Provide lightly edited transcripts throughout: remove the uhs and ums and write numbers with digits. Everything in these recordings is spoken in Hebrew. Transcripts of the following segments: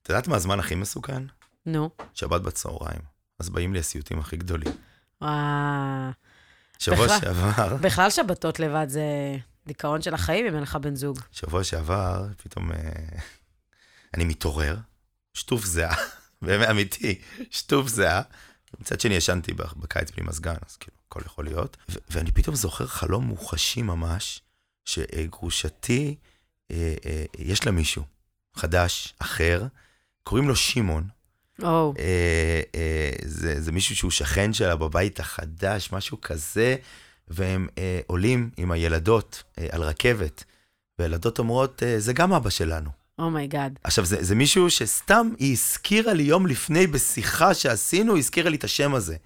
את יודעת מה הזמן הכי מסוכן? נו. שבת בצהריים. אז באים לי הסיוטים הכי גדולים. שבוע שעבר... בכלל שבתות לבד זה דיכאון של החיים אם אין לך בן זוג. שבוע שעבר, פתאום אני מתעורר, שטוף זהה, באמת אמיתי, שטוף זהה. מצד שני ישנתי בקיץ בלי מזגן, אז כאילו, הכל יכול להיות. ואני פתאום זוכר חלום מוחשי ממש, שגרושתי, יש לה מישהו חדש, אחר, קוראים לו שימון. זה מישהו שהוא שכן שלה בבית החדש, משהו כזה, והם עולים עם הילדות על רכבת, וילדות אומרות, זה גם אבא שלנו. אומייגאד. עכשיו, זה מישהו שסתם היא הזכירה לי יום לפני בשיחה שעשינו, היא הזכירה לי את השם הזה.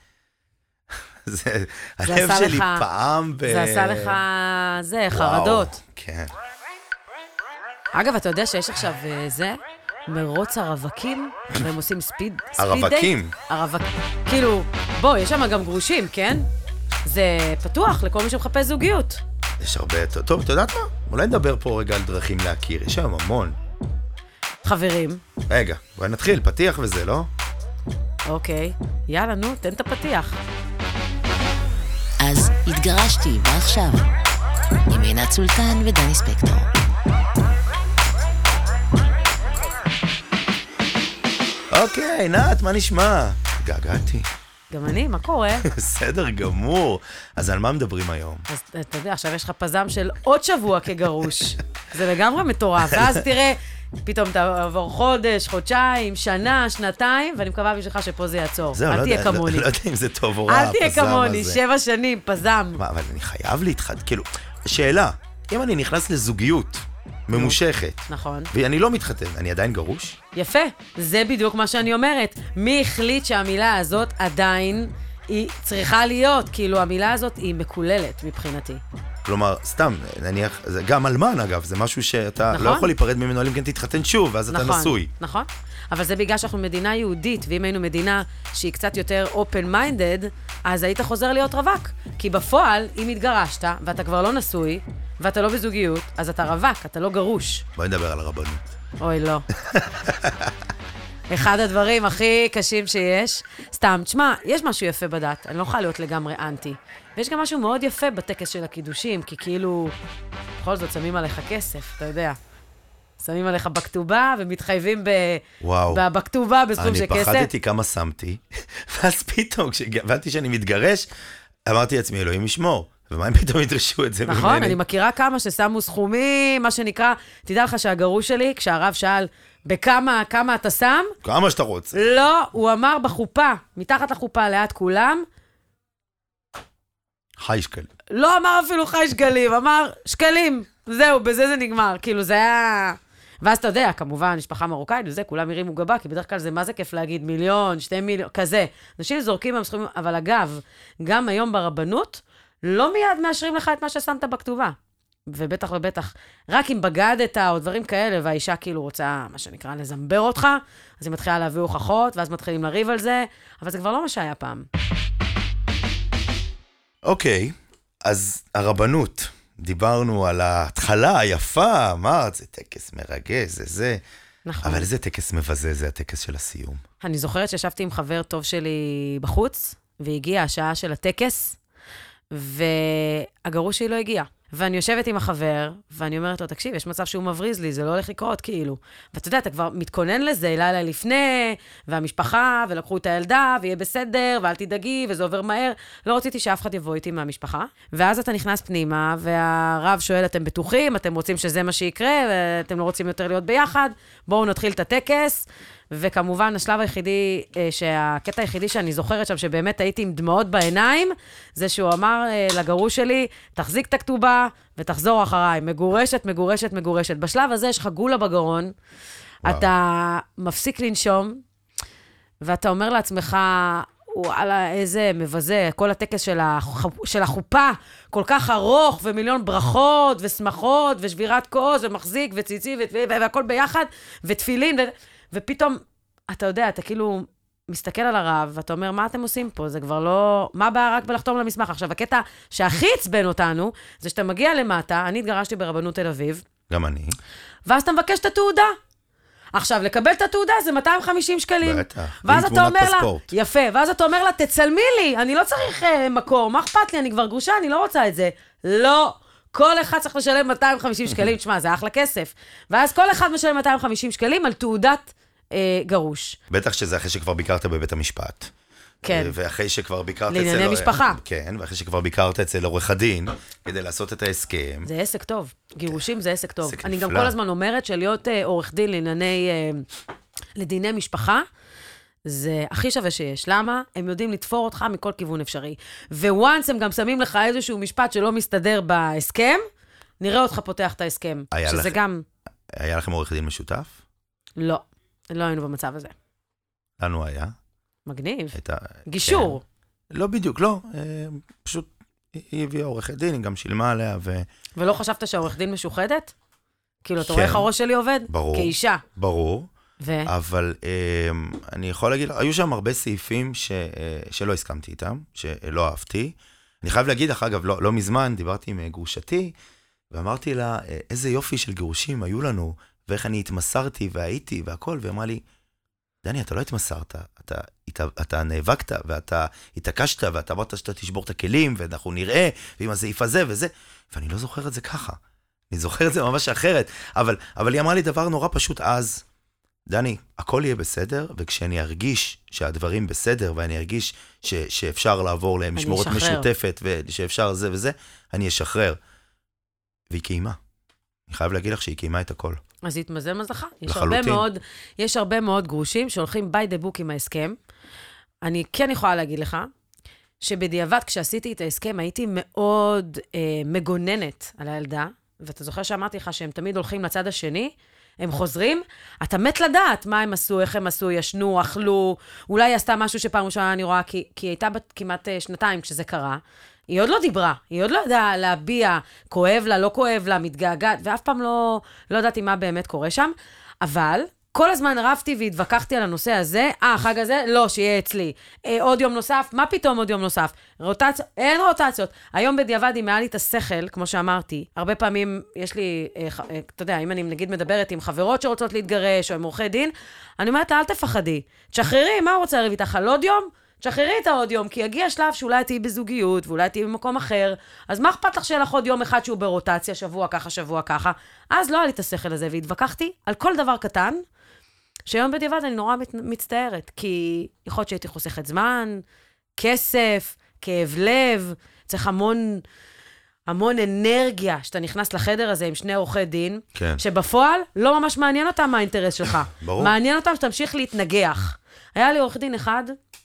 הלב שלי פעם זה עשה לך, חרדות. כן. אגב, אתה יודע שיש עכשיו מרוץ הרווקים, והם עושים ספיד דייט. הרווקים? כאילו, בוא, יש שם גם גרושים, כן? זה פתוח לכל מי שמחפש זוגיות. יש הרבה... טוב, אתה יודעת מה? אולי נדבר פה רגע על דרכים להכיר. יש היום המון. חברים. רגע, בואי נתחיל, פתיח וזה, לא? אוקיי. יאללה, נו, תן את הפתיח. אז התגרשתי, ועכשיו, עם עינת סולטן ודני ספקטור. אוקיי, עינת, מה נשמע? געגעתי. גם אני, מה קורה? בסדר גמור. אז על מה מדברים היום? אז אתה יודע, עכשיו יש לך פזם של עוד שבוע כגרוש. זה לגמרי מטורף. ואז תראה, פתאום תעבור חודש, חודשיים, שנה, שנתיים, ואני מקווה בשבילך שפה זה יעצור. אל תהיה כמוני. לא יודע אם זה טוב או רע, אל תהיה כמוני, 7 שנים, פזם. מה, אבל אני חייב להתחד, כאילו, שאלה, אם אני נכנס לזוגיות ממושכת, נכון. ואני לא מתחתן, אני עדיין גרוש? יפה, זה בדיוק מה שאני אומרת. מי החליט שהמילה הזאת עדיין היא צריכה להיות? כאילו, המילה הזאת היא מקוללת מבחינתי. כלומר, סתם, נניח, גם אלמן אגב, זה משהו שאתה לא יכול להיפרד ממנו, אם כן תתחתן שוב, ואז אתה נשוי. נכון, אבל זה בגלל שאנחנו מדינה יהודית, ואם היינו מדינה שהיא קצת יותר open-minded, אז היית חוזר להיות רווק. כי בפועל, אם התגרשת, ואתה כבר לא נשוי, ואתה לא בזוגיות, אז אתה רווק, אתה לא גרוש. בואי נדבר על הרבנות. אוי, לא. אחד הדברים הכי קשים שיש. סתם, תשמע, יש משהו יפה בדת, אני לא יכולה להיות לגמרי אנטי. ויש גם משהו מאוד יפה בטקס של הקידושים, כי כאילו, בכל זאת שמים עליך כסף, אתה יודע. שמים עליך בכתובה ומתחייבים בכתובה בסכום של כסף. אני פחדתי כמה שמתי, ואז פתאום, כשהבנתי שאני מתגרש, אמרתי לעצמי, אלוהים ישמור. ומה הם פתאום ידרשו את זה ממני? נכון, אני מכירה כמה ששמו סכומים, מה שנקרא, תדע לך שהגרוש שלי, כשהרב שאל, בכמה אתה שם? כמה שאתה רוצה. לא, הוא אמר בחופה, מתחת לחופה ליד כולם. חי שקלים. לא אמר אפילו חי שקלים, אמר שקלים. זהו, בזה זה נגמר. כאילו זה היה... ואז אתה יודע, כמובן, משפחה מרוקאית וזה, כולם הרימו גבה, כי בדרך כלל זה מה זה כיף להגיד, 1,000,000, 2 מיליון, כזה. אנשים זורקים מהסכומים, אבל אגב, גם היום ברבנות, לא מיד מאשרים לך את מה ששמת בכתובה. ובטח ובטח, רק אם בגדת או דברים כאלה, והאישה כאילו רוצה, מה שנקרא, לזמבר אותך, אז היא מתחילה להביא הוכחות, ואז מתחילים לריב על זה, אבל זה כבר לא מה שהיה פעם. אוקיי, אז הרבנות, דיברנו על ההתחלה היפה, אמרת, זה טקס מרגש, זה. נכון. אבל איזה טקס מבזה, זה הטקס של הסיום. אני זוכרת שישבתי עם חבר טוב שלי בחוץ, והגיעה השעה של הטקס, והגרוש שלי לא הגיע. ואני יושבת עם החבר, ואני אומרת לו, תקשיב, יש מצב שהוא מבריז לי, זה לא הולך לקרות, כאילו. ואתה יודע, אתה כבר מתכונן לזה, לילה לפני, והמשפחה, ולקחו את הילדה, ויהיה בסדר, ואל תדאגי, וזה עובר מהר. לא רציתי שאף אחד יבוא איתי מהמשפחה. ואז אתה נכנס פנימה, והרב שואל, אתם בטוחים? אתם רוצים שזה מה שיקרה? ואתם לא רוצים יותר להיות ביחד? בואו נתחיל את הטקס. וכמובן, השלב היחידי, הקטע היחידי שאני זוכרת שם, שבאמת הייתי עם דמעות בעיניים, זה שהוא אמר לגרוש שלי, תחזיק את הכתובה ותחזור אחריי. מגורשת, מגורשת, מגורשת. בשלב הזה יש לך גולה בגרון, אתה מפסיק לנשום, ואתה אומר לעצמך, וואלה, איזה מבזה, כל הטקס של החופה, כל כך ארוך, ומיליון ברכות, ושמחות, ושבירת כוס, ומחזיק, וציצי, והכל ביחד, ותפילין, ופתאום, אתה יודע, אתה כאילו מסתכל על הרב, ואתה אומר, מה אתם עושים פה? זה כבר לא... מה בא רק בלחתום למסמך? עכשיו, הקטע שהכי עצבן אותנו, זה שאתה מגיע למטה, אני התגרשתי ברבנות תל אביב. גם אני. ואז אתה מבקש את התעודה. עכשיו, לקבל את התעודה זה 250 שקלים. בטח. ואז אתה אומר לה, פספורט. יפה, ואז אתה אומר לה, תצלמי לי, אני לא צריך מקור, מה אכפת לי, אני כבר גרושה, אני לא רוצה את זה. לא, כל אחד צריך לשלם 250 שקלים, תשמע, זה אחלה כסף. ואז כל אחד משלם 250 שקלים על תעודת גרוש. בטח שזה אחרי שכבר ביקרת בבית המשפט. כן. ואחרי שכבר ביקרת לענייני משפחה. כן, ואחרי שכבר ביקרת אצל עורך הדין, כדי לעשות את ההסכם. זה עסק טוב. גירושים זה עסק טוב. עסק אני גם נפלא. כל הזמן אומרת שלהיות עורך דין לדיני משפחה, זה הכי שווה שיש. למה? הם יודעים לתפור אותך מכל כיוון אפשרי. וואנס הם גם שמים לך איזשהו משפט שלא מסתדר בהסכם, נראה אותך פותח את ההסכם. שזה גם... היה לכם עורך דין משותף? לא. לא היינו במצב הזה. לנו היה. מגניב. גישור. לא בדיוק, לא. פשוט היא הביאה עורכת דין, היא גם שילמה עליה ולא חשבת שהעורך דין משוחדת? כאילו, אתה רואה איך הראש שלי עובד? ברור. כאישה. ברור. אבל אני יכול להגיד, היו שם הרבה סעיפים שלא הסכמתי איתם, שלא אהבתי. אני חייב להגיד, אגב, לא מזמן, דיברתי עם גרושתי, ואמרתי לה, איזה יופי של גירושים היו לנו, ואיך אני התמסרתי והייתי והכל, ואמרה לי, דני, אתה לא התמסרת, אתה נאבקת, ואתה התעקשת, ואתה אמרת שאתה תשבור את הכלים, ואנחנו נראה, ועם הסעיף הזה וזה, ואני לא זוכר את זה ככה. אני זוכר את זה ממש אחרת, אבל היא אמרה לי דבר נורא פשוט אז, דני, הכל יהיה בסדר, וכשאני ארגיש שהדברים בסדר, ואני ארגיש שאפשר לעבור למשמורת משותפת, ושאפשר זה וזה, אני אשחרר. והיא קיימה. אני חייב להגיד לך שהיא קיימה את הכל. אז התמזל מזלך. לחלוטין. יש הרבה מאוד גרושים שהולכים by the book עם ההסכם. אני כן יכולה להגיד לך, שבדיעבד כשעשיתי את ההסכם, הייתי מאוד מגוננת על הילדה, ואתה זוכר שאמרתי לך שהם תמיד הולכים לצד השני, הם חוזרים, אתה מת לדעת מה הם עשו, איך הם עשו, ישנו, אכלו, אולי היא עשתה משהו שפעם ראשונה אני רואה, כי היא הייתה כמעט שנתיים כשזה קרה, היא עוד לא דיברה, היא עוד לא ידעה להביע, כואב לה, לא כואב לה, מתגעגעת, ואף פעם לא ידעתי מה באמת קורה שם, אבל כל הזמן רבתי והתווכחתי על הנושא הזה, חג הזה, לא, שיהיה אצלי. עוד יום נוסף, מה פתאום עוד יום נוסף? אין רוטציות. היום בדיעבד, אם היה לי את השכל, כמו שאמרתי, הרבה פעמים יש לי, אתה יודע, אם אני נגיד מדברת עם חברות שרוצות להתגרש, או עם עורכי דין, אני אומרת, אל תפחדי. תשחררי, מה רוצה לריב איתך על עוד יום? תשחררי את העוד יום, כי יגיע שלב שאולי תהיי בזוגיות, ואולי תהיי במקום אחר, אז מה אכפת לך שיהיה לך עוד יום אחד שהוא ברוטציה, שבוע ככה, שבוע ככה? אז לא היה לי את השכל הזה, והתווכחתי על כל דבר קטן, שהיום בדיעבד אני נורא מצטערת, כי יכול להיות שהייתי חוסכת זמן, כסף, כאב לב, צריך המון אנרגיה שאתה נכנס לחדר הזה עם שני עורכי דין, כן. שבפועל לא ממש מעניין אותם מה האינטרס שלך. ברור. מעניין אותם שתמשיך להתנגח. היה לי עורך דין אחד,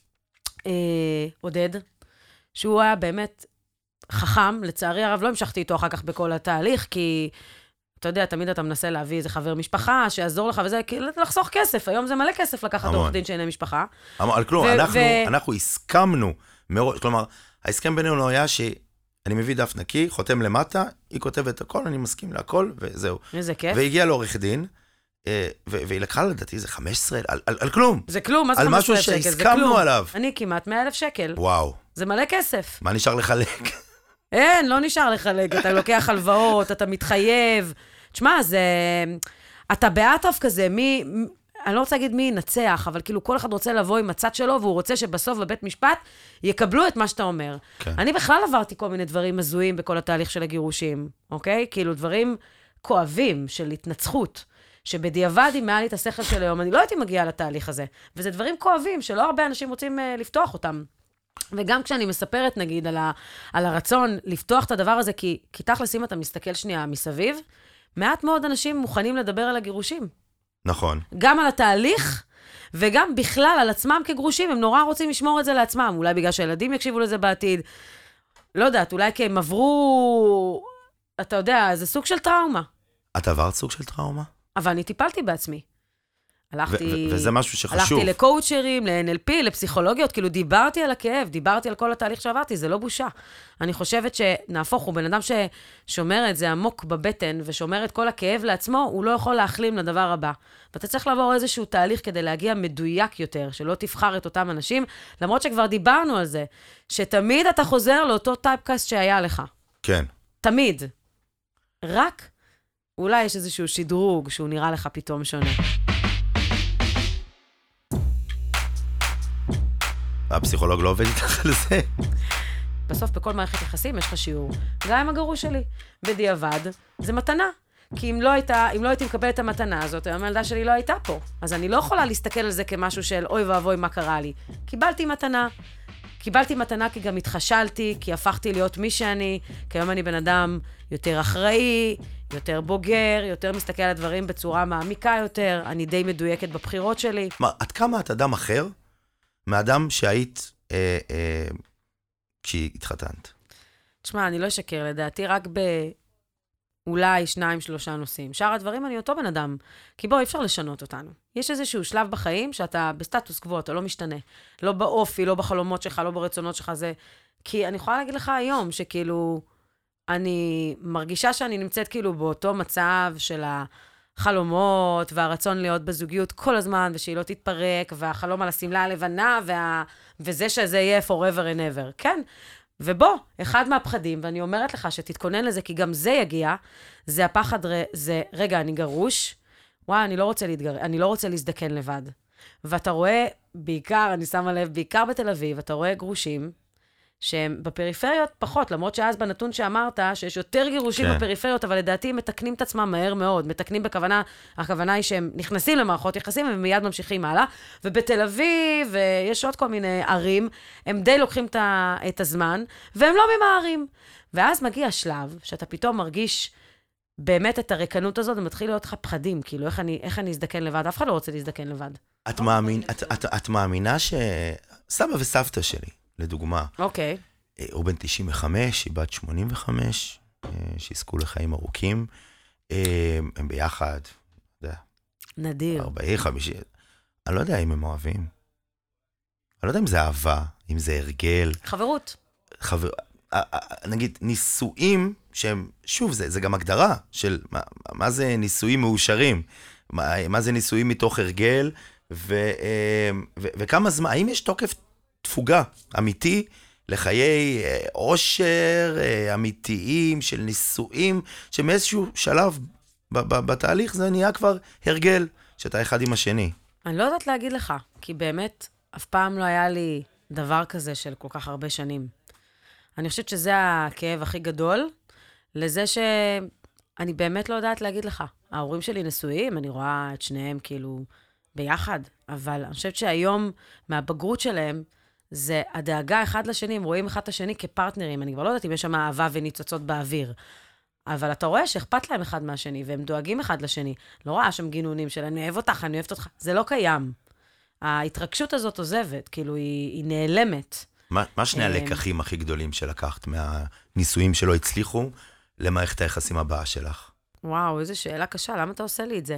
עודד, שהוא היה באמת חכם, לצערי הרב לא המשכתי איתו אחר כך בכל התהליך, כי אתה יודע, תמיד אתה מנסה להביא איזה חבר משפחה, שיעזור לך וזה, כי לחסוך כסף, היום זה מלא כסף לקחת עורך דין שאינה משפחה. על כלום, אנחנו הסכמנו, כלומר, ההסכם בינינו היה שאני מביא דף נקי, חותם למטה, היא כותבת הכל, אני מסכים להכל, וזהו. איזה כיף. והגיעה לעורך דין, והיא לקחה לדעתי, זה 15, על כלום. זה כלום, מה זה 15 שקל? על משהו שהסכמנו עליו. אני כמעט 100,000 שקל. וואו. זה מלא כסף. מה נשאר לחלק? אין, לא נשאר לחלק, אתה לוקח הלוואות, אתה מתחייב. תשמע, זה... אתה באטרף כזה, אני לא רוצה להגיד מי ינצח, אבל כאילו כל אחד רוצה לבוא עם הצד שלו, והוא רוצה שבסוף בבית משפט יקבלו את מה שאתה אומר. כן. אני בכלל עברתי כל מיני דברים מזויים בכל התהליך של הגירושים, אוקיי? כאילו דברים כואבים של התנצחות, שבדיעבד אם היה לי את השכל של היום, אני לא הייתי מגיעה לתהליך הזה. וזה דברים כואבים שלא הרבה אנשים רוצים לפתוח אותם. וגם כשאני מספרת, נגיד, על הרצון לפתוח את הדבר הזה, כי תכלס אם אתה מסתכל שנייה מסביב, מעט מאוד אנשים מוכנים לדבר על הגירושים. נכון. גם על התהליך, וגם בכלל על עצמם כגרושים, הם נורא רוצים לשמור את זה לעצמם, אולי בגלל שהילדים יקשיבו לזה בעתיד. לא יודעת, אולי כי הם עברו, אתה יודע, זה סוג של טראומה. את עברת סוג של טראומה? אבל אני טיפלתי בעצמי. וזה משהו שחשוב. הלכתי לקואוצ'רים, ל-NLP, לפסיכולוגיות, כאילו דיברתי על הכאב, דיברתי על כל התהליך שעברתי, זה לא בושה. אני חושבת שנהפוך, הוא בן אדם ששומר את זה עמוק בבטן, ושומר את כל הכאב לעצמו, הוא לא יכול להחלים לדבר הבא. ואתה צריך לעבור איזשהו תהליך כדי להגיע מדויק יותר, שלא תבחר את אותם אנשים, למרות שכבר דיברנו על זה, שתמיד אתה חוזר לאותו טייפקאסט שהיה לך. כן. תמיד. רק, אולי יש איזשהו שדרוג שהוא נראה לך פתאום שונה. הפסיכולוג לא עובד איתך על זה? בסוף בכל מערכת יחסים יש לך שיעור. גם עם הגרוש שלי. בדיעבד, זה מתנה. כי אם לא הייתי מקבלת את המתנה הזאת, היום הילדה שלי לא הייתה פה. אז אני לא יכולה להסתכל על זה כמשהו של אוי ואבוי מה קרה לי. קיבלתי מתנה. קיבלתי מתנה כי גם התחשלתי, כי הפכתי להיות מי שאני, כי היום אני בן אדם יותר אחראי, יותר בוגר, יותר מסתכל על הדברים בצורה מעמיקה יותר, אני די מדויקת בבחירות שלי. עד כמה את אדם אחר מאדם שהיית כשהתחתנת? תשמע, אני לא אשקר, לדעתי רק אולי 2-3 נושאים. שאר הדברים אני אותו בן אדם, כי בוא, אי אפשר לשנות אותנו. יש איזשהו שלב בחיים שאתה בסטטוס קוו, אתה לא משתנה. לא באופי, לא בחלומות שלך, לא ברצונות שלך, זה... כי אני יכולה להגיד לך היום שכאילו, אני מרגישה שאני נמצאת כאילו באותו מצב של החלומות והרצון להיות בזוגיות כל הזמן, ושהיא לא תתפרק, והחלום על השמלה הלבנה, וזה שזה יהיה forever and ever. כן? ובוא, אחד מהפחדים, ואני אומרת לך שתתכונן לזה, כי גם זה יגיע, זה הפחד, זה, רגע, אני גרוש, וואי, אני לא רוצה להזדקן לבד. ואתה רואה, בעיקר, אני שמה לב, בעיקר בתל אביב, אתה רואה גרושים, שהם בפריפריות פחות, למרות שאז בנתון שאמרת, שיש יותר גירושים בפריפריות, אבל לדעתי הם מתקנים את עצמם מהר מאוד, מתקנים בכוונה, הכוונה היא שהם נכנסים למערכות יחסים, והם מיד ממשיכים הלאה, ובתל אביב, ויש עוד כל מיני ערים, הם די לוקחים את הזמן, והם לא ממהרים. ואז מגיע השלב, שאתה פתאום מרגיש באמת את הריקנות הזאת, ומתחיל להיות לך פחדים, כאילו, איך אני אזדקן לבד? אף אחד לא רוצה להזדקן לבד. את מאמינה סבא וסבתא שלי, לדוגמה. אוקיי. הוא בן 95, היא בת 85, שיזכו לחיים ארוכים. הם ביחד, אתה יודע. נדיר. 40, 50. אני לא יודע אם הם אוהבים. אני לא יודע אם זה אהבה, אם זה הרגל. חברות. נגיד, נישואים שהם, שוב, זה גם הגדרה של מה זה נישואים מאושרים. מה זה נישואים מתוך הרגל, וכמה זמן, האם יש תוקף תפוגה אמיתי לחיי עושר אמיתיים של נישואים, שמאיזשהו שלב בתהליך זה נהיה כבר הרגל, שאתה אחד עם השני. אני לא יודעת להגיד לך, כי באמת אף פעם לא היה לי דבר כזה של כל כך הרבה שנים. אני חושבת שזה הכאב הכי גדול, לזה שאני באמת לא יודעת להגיד לך. ההורים שלי נשואים, אני רואה את שניהם כאילו ביחד, אבל אני חושבת שהיום מהבגרות שלהם, זה הדאגה אחד לשני, הם רואים אחד את השני כפרטנרים, אני כבר לא יודעת אם יש שם אהבה וניצוצות באוויר, אבל אתה רואה שאכפת להם אחד מהשני, והם דואגים אחד לשני, לא רואה שם גינונים של אני אוהב אותך, אני אוהבת אותך, זה לא קיים. ההתרגשות הזאת עוזבת, כאילו היא נעלמת. מה שני הלקחים הכי גדולים שלקחת מהנישואים שלא הצליחו למערכת היחסים הבאה שלך? וואו, איזו שאלה קשה, למה אתה עושה לי את זה?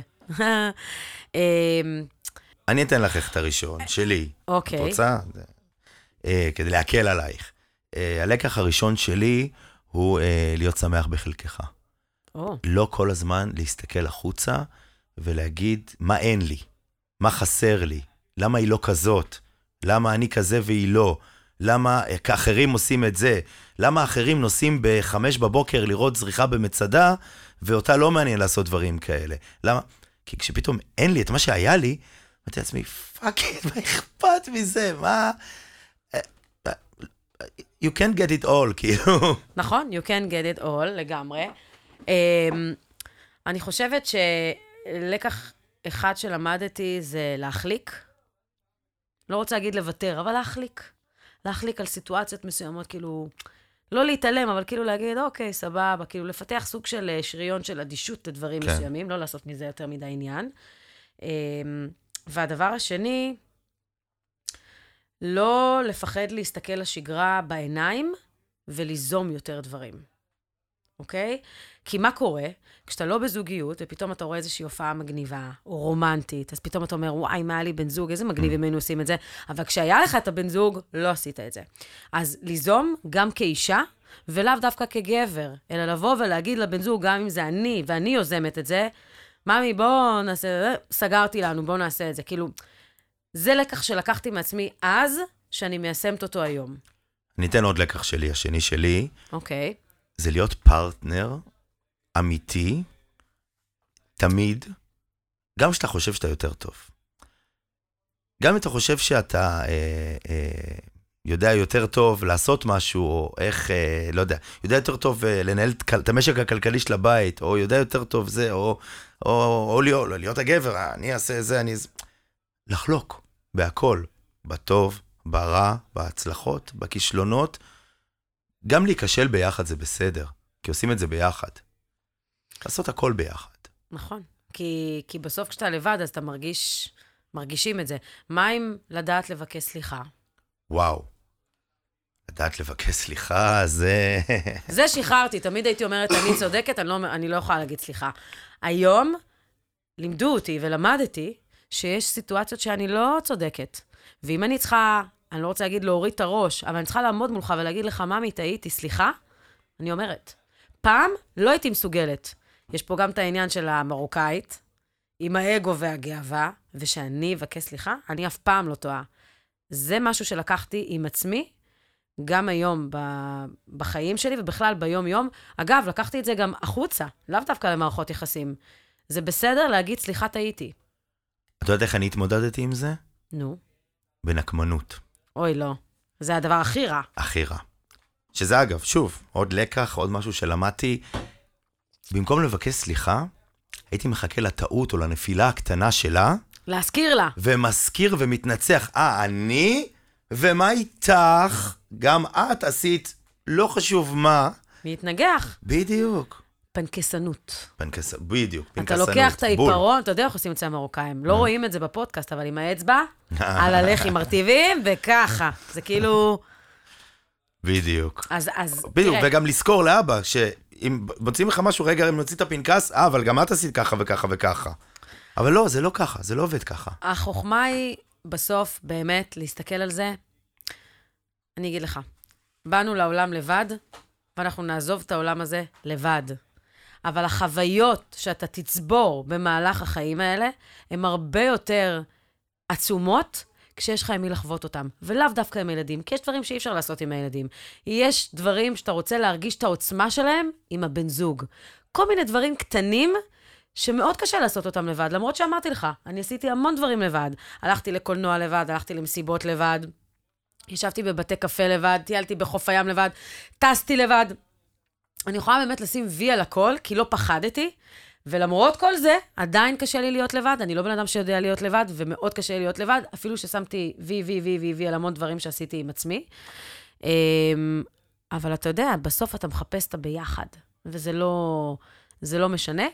אני אתן לך את הראשון, שלי. אוקיי. את רוצה? כדי להקל עלייך. הלקח הראשון שלי הוא להיות שמח בחלקך. לא כל הזמן להסתכל החוצה ולהגיד מה אין לי, מה חסר לי, למה היא לא כזאת, למה אני כזה והיא לא, למה אחרים עושים את זה, למה אחרים נוסעים ב5 בבוקר לראות זריחה במצדה, ואותה לא מעניין לעשות דברים כאלה. למה? כי כשפתאום אין לי את מה שהיה לי, אמרתי לעצמי, פאק איט, מה אכפת מזה? מה? You can't get it all, כאילו. נכון, you can't get it all, לגמרי. אני חושבת שלקח אחד שלמדתי זה להחליק. לא רוצה להגיד לוותר, אבל להחליק. להחליק על סיטואציות מסוימות, כאילו, לא להתעלם, אבל כאילו להגיד, אוקיי, סבבה, כאילו לפתח סוג של שריון של אדישות לדברים מסוימים, לא לעשות מזה יותר מדי עניין. והדבר השני, לא לפחד להסתכל לשגרה בעיניים וליזום יותר דברים. אוקיי? כי מה קורה? כשאתה לא בזוגיות, ופתאום אתה רואה איזושהי הופעה מגניבה, או רומנטית, אז פתאום אתה אומר, וואי, מה היה לי בן זוג, איזה מגניב אם היינו עושים את זה, אבל כשהיה לך את הבן זוג, לא עשית את זה. אז ליזום גם כאישה, ולאו דווקא כגבר, אלא לבוא ולהגיד לבן זוג, גם אם זה אני, ואני יוזמת את זה, ממי, בוא נעשה, סגרתי לנו, בוא נעשה את זה. כאילו, זה לקח שלקחתי מעצמי אז, שאני מיישמת אותו היום. אני אתן עוד לקח שלי, השני שלי. אוקיי. זה להיות פרטנר אמיתי, תמיד, גם שאתה חושב שאתה יותר טוב. גם אם אתה חושב שאתה יודע יותר טוב לעשות משהו, או איך, לא יודע, יודע יותר טוב לנהל את המשק הכלכלי של הבית, או יודע יותר טוב זה, או להיות הגבר, אני אעשה זה, לחלוק בהכל, בטוב, ברע, בהצלחות, בכישלונות, גם להיכשל ביחד זה בסדר, כי עושים את זה ביחד. לעשות הכל ביחד. נכון, כי בסוף כשאתה לבד, אז אתה מרגישים את זה. מה אם לדעת לבקש סליחה? וואו. לדעת לבקש סליחה, זה... זה שחררתי, תמיד הייתי אומרת, אני צודקת, אני לא יכולה להגיד סליחה. היום לימדו אותי ולמדתי שיש סיטואציות שאני לא צודקת. ואם אני צריכה, אני לא רוצה להגיד להוריד את הראש, אבל אני צריכה לעמוד מולך ולהגיד לך, ממי, טעיתי, סליחה, אני אומרת. פעם לא הייתי מסוגלת. יש פה גם את העניין של המרוקאית, עם האגו והגאווה, ושאני אבקש סליחה, אני אף פעם לא טועה. זה משהו שלקחתי עם עצמי, גם היום בחיים שלי, ובכלל ביום-יום. אגב, לקחתי את זה גם החוצה, לאו דווקא למערכות יחסים. זה בסדר להגיד, סליחה, טעיתי. את יודעת איך אני התמודדתי עם זה? נו. בנקמנות. אוי, לא. זה הדבר הכי רע. הכי רע. שזה אגב, שוב, עוד לקח, עוד משהו שלמדתי. במקום לבקש סליחה, הייתי מחכה לטעות או לנפילה הקטנה שלה. להזכיר לה. ומזכיר ומתנצח. אני, ומה איתך? גם את עשית, לא חשוב מה. להתנגח. בדיוק. פנקסנות. בדיוק, פנקסנות. אתה לוקח את העיפרון, אתה יודע איך עושים את זה המרוקאים. לא רואים את זה בפודקאסט, אבל עם האצבע, על הלחי מרטיבים, וככה. זה כאילו... בדיוק. אז בדיוק, וגם לזכור לאבא, שאם מוצאים לך משהו, רגע, אם נוציא את הפנקס, אבל גם את עשית ככה וככה וככה. אבל לא, זה לא ככה, זה לא עובד ככה. החוכמה היא בסוף באמת להסתכל על זה. אני אגיד לך, באנו לעולם לבד, ואנחנו נעזוב את העולם הזה לבד. אבל החוויות שאתה תצבור במהלך החיים האלה, הן הרבה יותר עצומות, כשיש לך עם מי לחוות אותם, ולאו דווקא עם הילדים, כי יש דברים שאי אפשר לעשות עם הילדים. יש דברים שאתה רוצה להרגיש את העוצמה שלהם עם הבן זוג. כל מיני דברים קטנים שמאוד קשה לעשות אותם לבד, למרות שאמרתי לך, אני עשיתי המון דברים לבד. הלכתי לקולנוע לבד, הלכתי למסיבות לבד, ישבתי בבתי קפה לבד, טיילתי בחוף הים לבד, טסתי לבד. אני יכולה באמת לשים וי על הכל, כי לא פחדתי, ולמרות כל זה, עדיין קשה לי להיות לבד. אני לא בן אדם שיודע להיות לבד, ומאוד קשה לי להיות לבד, אפילו ששמתי וי על המון דברים שעשיתי עם עצמי. אבל אתה יודע, בסוף אתה מחפש את הביחד, וזה לא משנה.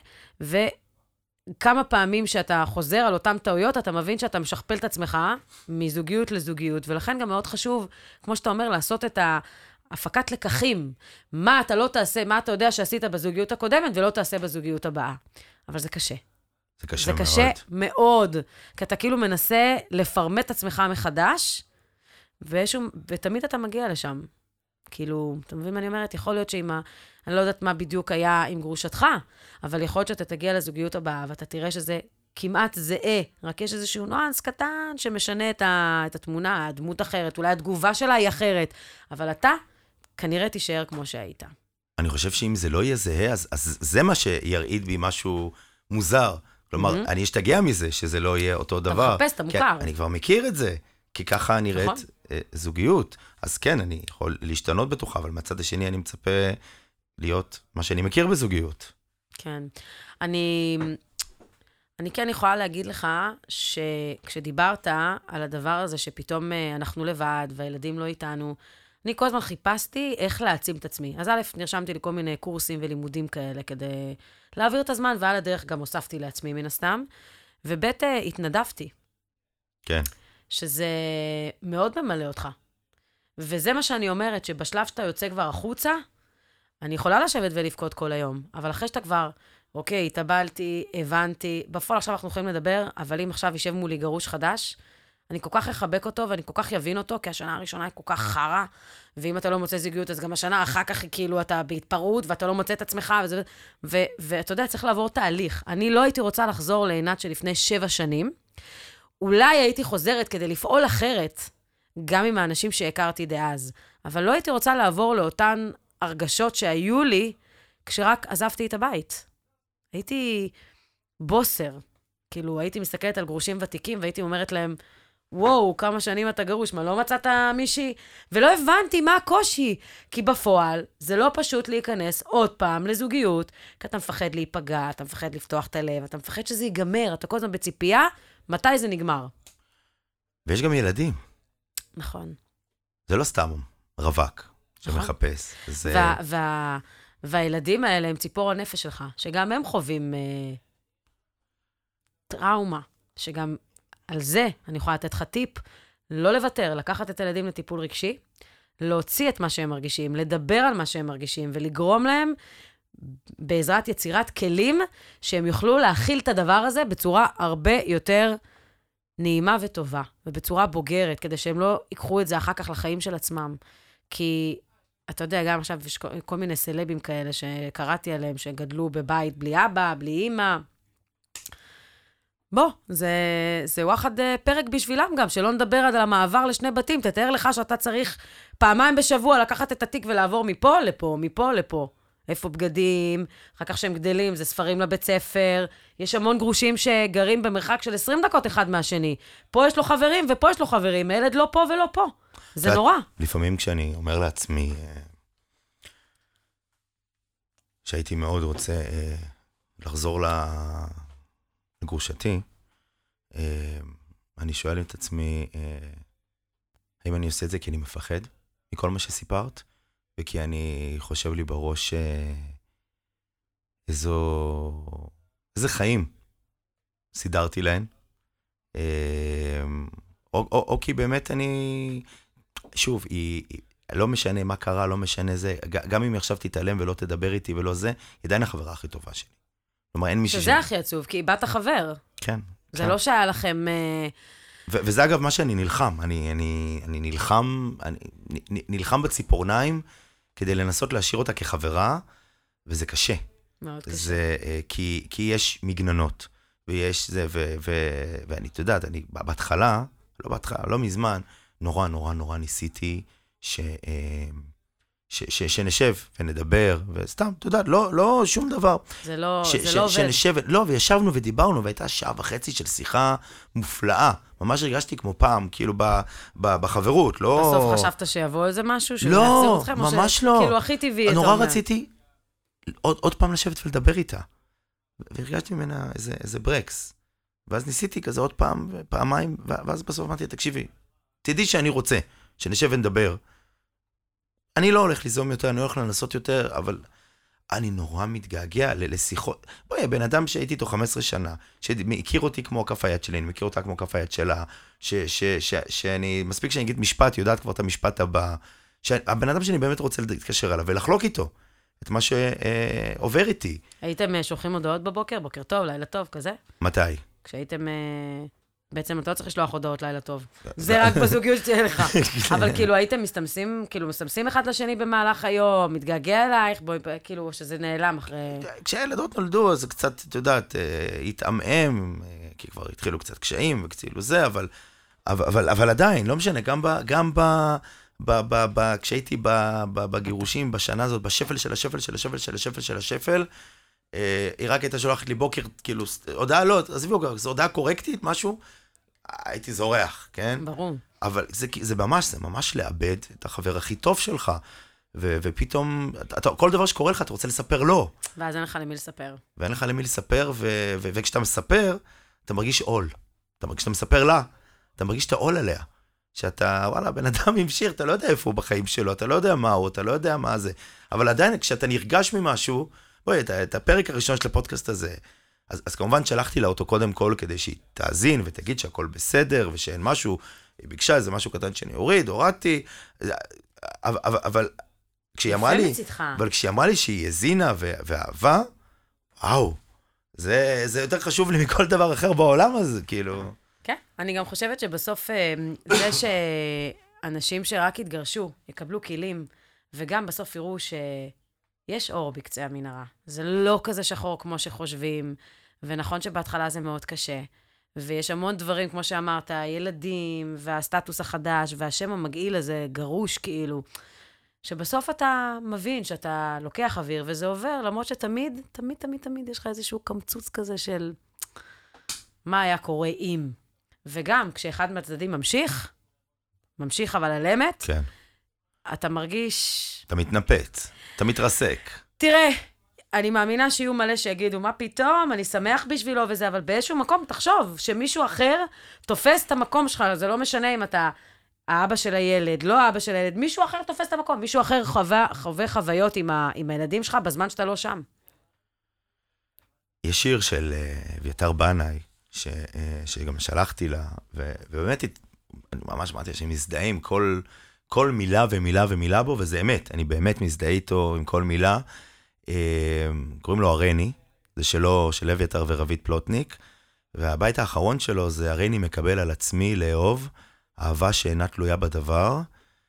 וכמה פעמים שאתה חוזר על אותם טעויות, אתה מבין שאתה משכפל את עצמך מזוגיות לזוגיות, ולכן גם מאוד חשוב, כמו שאתה אומר, לעשות את הפקת לקחים. מה אתה לא תעשה, מה אתה יודע שעשית בזוגיות הקודמת, ולא תעשה בזוגיות הבאה. אבל זה קשה. זה קשה זה מאוד. קשה מאוד. כי אתה כאילו מנסה לפרמט את עצמך מחדש, ותמיד אתה מגיע לשם. כאילו, אתה מבין מה אני אומרת? יכול להיות אני לא יודעת מה בדיוק היה עם גרושתך, אבל יכול להיות שאתה תגיע לזוגיות הבאה, ואתה תראה שזה כמעט זהה, רק יש איזשהו נואנס קטן שמשנה את התמונה, הדמות אחרת, אולי התגובה שלה היא אחרת, אבל אתה כנראה תישאר כמו שהיית. אני חושב שאם זה לא יהיה זהה, אז זה מה שירעיד בי משהו מוזר. כלומר, אני אשתגע מזה שזה לא יהיה אותו דבר. אתה מחפש, אתה מוכר. אני כבר מכיר את זה, כי ככה נראית זוגיות. אז כן, אני יכול להשתנות בתוכה, אבל מהצד השני אני מצפה להיות מה שאני מכיר בזוגיות. כן. אני כן יכולה להגיד לך שכשדיברת על הדבר הזה שפתאום אנחנו לבד והילדים לא איתנו, אני כל הזמן חיפשתי איך להעצים את עצמי. אז א', נרשמתי לכל מיני קורסים ולימודים כאלה כדי להעביר את הזמן, ועל הדרך גם הוספתי לעצמי מן הסתם, וב' התנדבתי. כן. שזה מאוד ממלא אותך. וזה מה שאני אומרת, שבשלב שאתה יוצא כבר החוצה, אני יכולה לשבת ולבכות כל היום, אבל אחרי שאתה כבר, אוקיי, התאבלתי, הבנתי, בפועל עכשיו אנחנו יכולים לדבר, אבל אם עכשיו יישב מולי גרוש חדש, אני כל כך אחבק אותו, ואני כל כך יבין אותו, כי השנה הראשונה היא כל כך חרה, ואם אתה לא מוצא זוגיות, אז גם השנה אחר כך כאילו אתה בהתפרעות, ואתה לא מוצא את עצמך, ואתה יודע, צריך לעבור תהליך. אני לא הייתי רוצה לחזור לעינת שלפני 7 שנים, אולי הייתי חוזרת כדי לפעול אחרת, גם עם האנשים שהכרתי דאז, אבל לא הייתי רוצה לעבור לאותן הרגשות שהיו לי, כשרק עזבתי את הבית. הייתי בוסר, כאילו הייתי מסתכלת על גרושים ותיקים, והייתי אומרת להם, וואו, כמה שנים אתה גרוש, מה, לא מצאת מישהי? ולא הבנתי מה הקושי, כי בפועל זה לא פשוט להיכנס עוד פעם לזוגיות, כי אתה מפחד להיפגע, אתה מפחד לפתוח את הלב, אתה מפחד שזה ייגמר, אתה כל הזמן בציפייה, מתי זה נגמר? ויש גם ילדים. נכון. זה לא סתם רווק שמחפש. זה... והילדים האלה הם ציפור הנפש שלך, שגם הם חווים טראומה, שגם על זה אני יכולה לתת לך טיפ, לא לוותר, לקחת את הילדים לטיפול רגשי, להוציא את מה שהם מרגישים, לדבר על מה שהם מרגישים, ולגרום להם בעזרת יצירת כלים, שהם יוכלו להכיל את הדבר הזה בצורה הרבה יותר נעימה וטובה, ובצורה בוגרת, כדי שהם לא ייקחו את זה אחר כך לחיים של עצמם. כי אתה יודע, גם עכשיו יש כל מיני סלבים כאלה שקראתי עליהם, שגדלו בבית בלי אבא, בלי אמא. בוא, זה וואחד פרק בשבילם גם, שלא נדבר על המעבר לשני בתים. תתאר לך שאתה צריך פעמיים בשבוע לקחת את התיק ולעבור מפה לפה, מפה לפה. איפה בגדים, אחר כך שהם גדלים, זה ספרים לבית ספר. יש המון גרושים שגרים במרחק של 20 דקות אחד מהשני. פה יש לו חברים ופה יש לו חברים, הילד לא פה ולא פה. זה נורא. לפעמים כשאני אומר לעצמי, שהייתי מאוד רוצה לחזור לגרושתי, אני שואל את עצמי, האם אני עושה את זה כי אני מפחד מכל מה שסיפרת, וכי אני חושב לי בראש איזה חיים סידרתי להן, או כי באמת אני, שוב, לא משנה מה קרה, לא משנה זה, גם אם עכשיו תתעלם ולא תדבר איתי ולא זה, היא עדיין החברה הכי טובה שלי. כלומר, אין מישהו שזה הכי עצוב, כי איבדת חבר. כן. זה לא שהיה לכם... וזה אגב מה שאני נלחם. אני נלחם בציפורניים כדי לנסות להשאיר אותה כחברה, וזה קשה. מאוד קשה. זה כי יש מגננות, ויש זה, ואני, אתה יודעת, אני בהתחלה, לא מזמן, נורא ניסיתי שנשב ונדבר, וסתם, אתה יודע, לא שום דבר. זה לא עובד. שנשב, לא, וישבנו ודיברנו, והייתה שעה וחצי של שיחה מופלאה. ממש הרגשתי כמו פעם, כאילו בחברות, לא... בסוף חשבת שיבוא איזה משהו? לא, ממש לא. כאילו הכי טבעי, אתה אומר. נורא רציתי עוד פעם לשבת ולדבר איתה. והרגשתי ממנה איזה ברקס. ואז ניסיתי כזה עוד פעם, פעמיים, ואז בסוף אמרתי, תקשיבי, תדעי שאני רוצה, שנשב ונדבר. אני לא הולך ליזום יותר, אני הולך לנסות יותר, אבל אני נורא מתגעגע לשיחות. בואי, בן אדם שהייתי איתו 15 שנה, שהכיר אותי כמו כף היד שלי, אני מכיר אותה כמו כף היד שלה, שאני, מספיק שאני אגיד משפט, יודעת כבר את המשפט הבא, שהבן אדם שאני באמת רוצה להתקשר עליו, ולחלוק איתו את מה שעובר איתי. הייתם שולחים הודעות בבוקר, בוקר טוב, לילה טוב, כזה? מתי? כשהייתם... בעצם אתה לא צריך לשלוח הודעות לילה טוב. זה רק בזוגיות שלך. אבל כאילו הייתם מסתמסים אחד לשני במהלך היום, מתגעגע אלייך, כאילו שזה נעלם אחרי... כשהילדות נולדו, אז זה קצת, את יודעת, התעמם, כי כבר התחילו קצת קשיים וכאילו זה, אבל עדיין, לא משנה, גם כשהייתי בגירושים בשנה הזאת, בשפל של השפל של השפל של השפל של השפל, היא רק הייתה שולחת לי בוקר, כאילו, הודעה לא, עזבי, זו הודעה קורקטית, משהו, הייתי זורח, כן? ברור. אבל זה ממש לאבד את החבר הכי טוב שלך, ופתאום, כל דבר שקורה לך, אתה רוצה לספר לו. ואז אין לך למי לספר. ואין לך למי לספר, וכשאתה מספר, אתה מרגיש עול. כשאתה מספר לה, אתה מרגיש את העול עליה. שאתה, וואלה, בן אדם המשיך, אתה לא יודע איפה הוא בחיים שלו, אתה לא יודע מה הוא, אתה לא יודע מה זה. אבל עדיין, כשאתה נרגש ממשהו, בואי, את הפרק הראשון של הפודקאסט הזה, אז כמובן שלחתי לה אותו קודם כל, כדי שהיא תאזין ותגיד שהכל בסדר, ושאין משהו, היא ביקשה איזה משהו קטן שאני הורדתי, אבל כשהיא אמרה לי שהיא הזינה ואהבה, וואו, זה יותר חשוב לי מכל דבר אחר בעולם הזה, כאילו. כן, אני גם חושבת שבסוף זה שאנשים שרק התגרשו, יקבלו כלים, וגם בסוף יראו יש אור בקצה המנהרה. זה לא כזה שחור כמו שחושבים, ונכון שבהתחלה זה מאוד קשה. ויש המון דברים, כמו שאמרת, ילדים, והסטטוס החדש, והשם המגעיל הזה, גרוש כאילו, שבסוף אתה מבין שאתה לוקח אוויר וזה עובר, למרות שתמיד, תמיד יש לך איזשהו קמצוץ כזה של מה היה קורה אם. וגם, כשאחד מהצדדים ממשיך אבל על אמת, כן. אתה מרגיש... אתה מתנפץ, אתה מתרסק. תראה, אני מאמינה שיהיו מלא שיגידו, מה פתאום, אני שמח בשבילו וזה, אבל באיזשהו מקום, תחשוב, שמישהו אחר תופס את המקום שלך, זה לא משנה אם אתה האבא של הילד, לא האבא של הילד, מישהו אחר תופס את המקום, מישהו אחר חווה חוויות עם הילדים שלך בזמן שאתה לא שם. יש שיר של אביתר בנאי, שגם שלחתי לה, ובאמת, אני ממש אמרתי שאני מזדהה עם כל מילה ומילה ומילה בו, וזה אמת, אני באמת מזדהה איתו עם כל מילה. קוראים לו הרני, זה של אביתר ורבית פלוטניק, והבית האחרון שלו זה הרני מקבל על עצמי לאהוב, אהבה שאינה תלויה בדבר.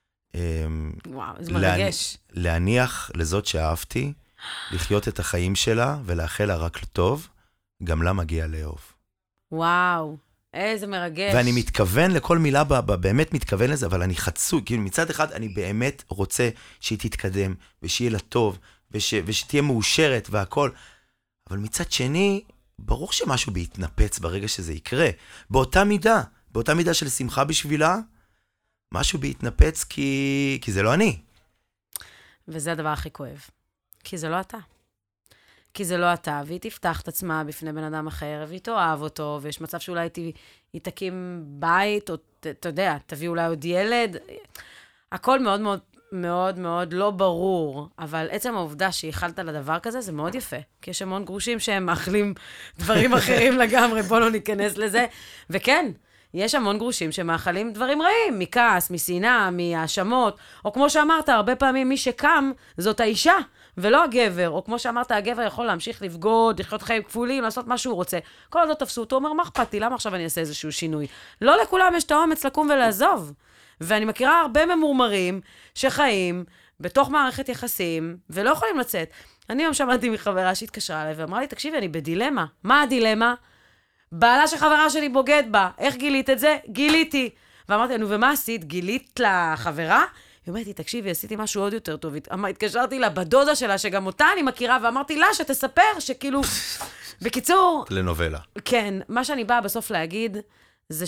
וואו, זה מרגש. להניח לזאת שאהבתי, לחיות את החיים שלה ולאחל לה רק לטוב, גם לה מגיע לאהוב. וואו, איזה מרגש. ואני מתכוון לכל מילה, באמת מתכוון לזה, אבל אני חצוי, כאילו מצד אחד אני באמת רוצה שהיא תתקדם, ושיהיה לה טוב, ושתהיה מאושרת והכל, אבל מצד שני, ברור שמשהו בהתנפץ ברגע שזה יקרה. באותה מידה של שמחה בשבילה, משהו בהתנפץ כי זה לא אני. וזה הדבר הכי כואב. כי זה לא אתה. כי זה לא אתה, והיא תפתח את עצמה בפני בן אדם אחר, והיא תאהב אותו, ויש מצב שאולי היא תקים בית, או אתה יודע, תביא אולי עוד ילד. הכל מאוד מאוד מאוד מאוד לא ברור, אבל עצם העובדה שהיחלת לדבר כזה, זה מאוד יפה. כי יש המון גרושים שהם מאכלים דברים אחרים לגמרי, בוא לא ניכנס לזה. וכן, יש המון גרושים שמאכלים דברים רעים, מכעס, משנאה, מהאשמות, או כמו שאמרת, הרבה פעמים מי שקם זאת האישה, ולא הגבר, או כמו שאמרת, הגבר יכול להמשיך לבגוד, לחיות חיים כפולים, לעשות מה שהוא רוצה. כל עוד לא תפסו אותו, אומר, מה אכפת לי? למה עכשיו אני אעשה איזשהו שינוי? לא לכולם יש את האומץ לקום ולעזוב. ואני מכירה הרבה ממורמרים שחיים בתוך מערכת יחסים, ולא יכולים לצאת. אני היום שמעתי מחברה שהתקשרה אליי, ואמרה לי, תקשיבי, אני בדילמה. מה הדילמה? בעלה שחברה שלי בוגד בה. איך גילית את זה? גיליתי. ואמרתי, נו, ומה עשית? גילית לחברה? היא אומרת לי, תקשיבי, עשיתי משהו עוד יותר טוב. התקשרתי לה בדודה שלה, שגם אותה אני מכירה, ואמרתי לה שתספר, שכאילו... בקיצור... לנובלה. כן, מה שאני באה בסוף להגיד, זה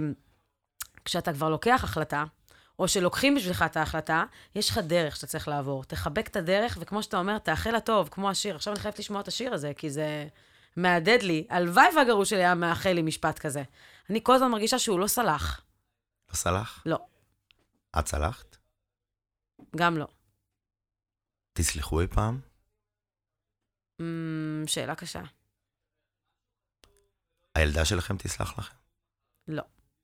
שכשאתה כבר לוקח החלטה, או שלוקחים בשבילך את ההחלטה, יש לך דרך שאתה צריך לעבור. תחבק את הדרך, וכמו שאתה אומר, תאחל הטוב, כמו השיר. עכשיו אני חייבת לשמוע את השיר הזה, כי זה מעדד לי. הלוואי והגרוש שלי היה מאחל לי משפט כזה. אני כל הזמן מרגישה שהוא לא סלח. לא סלח? לא. את סלחת? גם לא. תסלחו אי פעם? שאלה קשה. הילדה שלכם תסלח לכם? לא.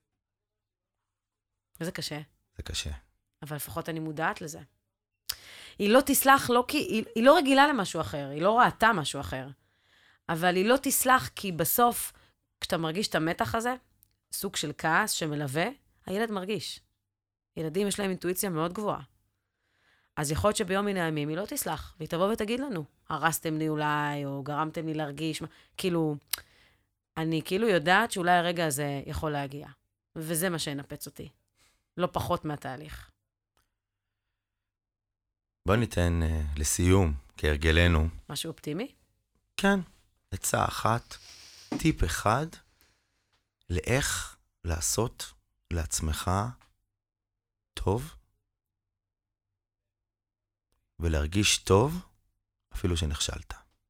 וזה קשה. זה קשה. אבל לפחות אני מודעת לזה. היא לא תסלח, לא כי... היא לא רגילה למשהו אחר, היא לא ראתה משהו אחר. אבל היא לא תסלח כי בסוף, כשאתה מרגיש את המתח הזה, סוג של כעס שמלווה, הילד מרגיש. ילדים יש להם אינטואיציה מאוד גבוהה. אז יכול להיות שביום מן הימים היא לא תסלח, והיא תבוא ותגיד לנו, הרסתם לי אולי, או גרמתם לי להרגיש, כאילו, אני כאילו יודעת שאולי הרגע הזה יכול להגיע. וזה מה שינפץ אותי. לא פחות מהתהליך. בוא ניתן לסיום, כהרגלנו. משהו אופטימי? כן, עצה אחת, טיפ אחד, לאיך לעשות לעצמך טוב, ולהרגיש טוב, אפילו שנכשלת.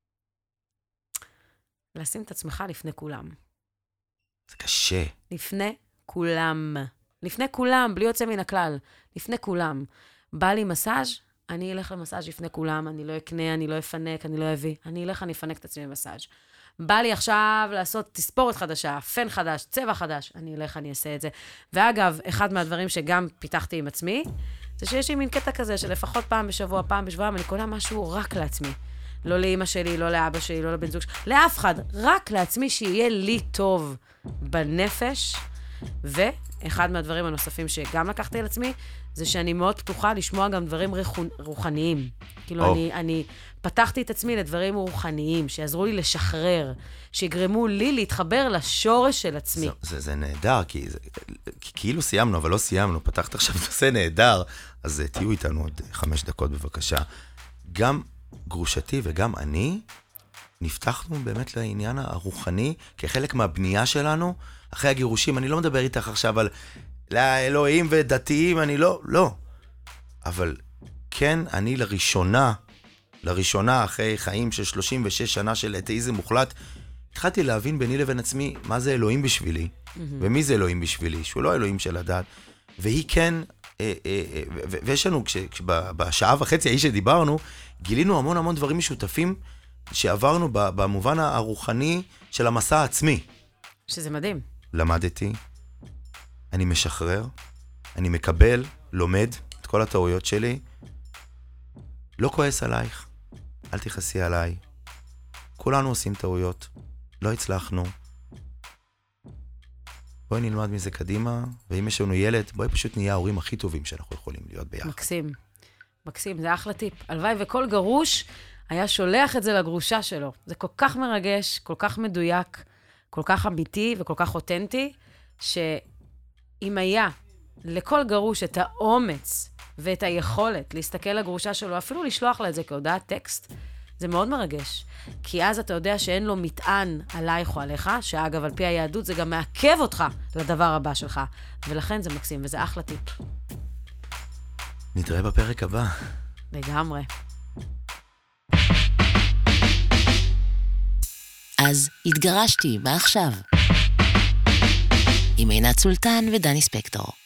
לשים את עצמך לפני כולם. זה קשה. לפני כולם. לפני כולם, בלי יוצא מן הכלל. לפני כולם. בא לי מסאז', אני אלך למסאז' לפני כולם, אני לא אקנה, אני לא אפנק, אני לא אביא. אני אלך, אני אפנק את עצמי במסאז'. בא לי עכשיו לעשות תספורת חדשה, פן חדש, צבע חדש, אני אלך, אני אעשה את זה. ואגב, אחד מהדברים שגם פיתחתי עם עצמי, זה שיש לי מין קטע כזה שלפחות פעם בשבוע, פעם בשבועיים, אני קונה משהו רק לעצמי. לא לאמא שלי, לא לאבא שלי, לא לבן זוג שלי, לאף אחד, רק לעצמי שיהיה לי טוב בנפש. ואחד מהדברים הנוספים שגם לקחתי על עצמי, זה שאני מאוד פתוחה לשמוע גם דברים רוחניים. כאילו, אני פתחתי את עצמי לדברים רוחניים, שיעזרו לי לשחרר, שיגרמו לי להתחבר לשורש של עצמי. זה נהדר, כי כאילו סיימנו, אבל לא סיימנו. פתחת עכשיו נושא נהדר, אז תהיו איתנו עוד 5 דקות בבקשה. גם גרושתי וגם אני נפתחנו באמת לעניין הרוחני, כחלק מהבנייה שלנו, אחרי הגירושים. אני לא מדבר איתך עכשיו על אלוהים ודתיים, אני לא. אבל כן, אני לראשונה, אחרי חיים של 36 שנה של אתאיזם מוחלט, התחלתי להבין ביני לבין עצמי מה זה אלוהים בשבילי, ומי זה אלוהים בשבילי, שהוא לא אלוהים של הדת, והיא כן, ויש לנו, בשעה וחצי ההיא שדיברנו, גילינו המון דברים משותפים, שעברנו במובן הרוחני של המסע העצמי. שזה מדהים. למדתי, אני משחרר, אני מקבל, לומד את כל הטעויות שלי, לא כועס עלייך, אל תכעסי עליי. כולנו עושים טעויות, לא הצלחנו. בואי נלמד מזה קדימה, ואם יש לנו ילד, בואי פשוט נהיה ההורים הכי טובים שאנחנו יכולים להיות ביחד. מקסים, זה אחלה טיפ. הלוואי וכל גרוש היה שולח את זה לגרושה שלו. זה כל כך מרגש, כל כך מדויק, כל כך אמיתי וכל כך אותנטי, שאם היה לכל גרוש את האומץ ואת היכולת להסתכל לגרושה שלו, אפילו לשלוח לה את זה כהודעת טקסט, זה מאוד מרגש. כי אז אתה יודע שאין לו מטען עלייך או עליך, שאגב, על פי היהדות זה גם מעכב אותך לדבר הבא שלך. ולכן זה מקסים, וזה אחלה טיפ. נתראה בפרק הבא. לגמרי. אז התגרשתי, מה עכשיו? עם עינת סולטן ודני ספקטור.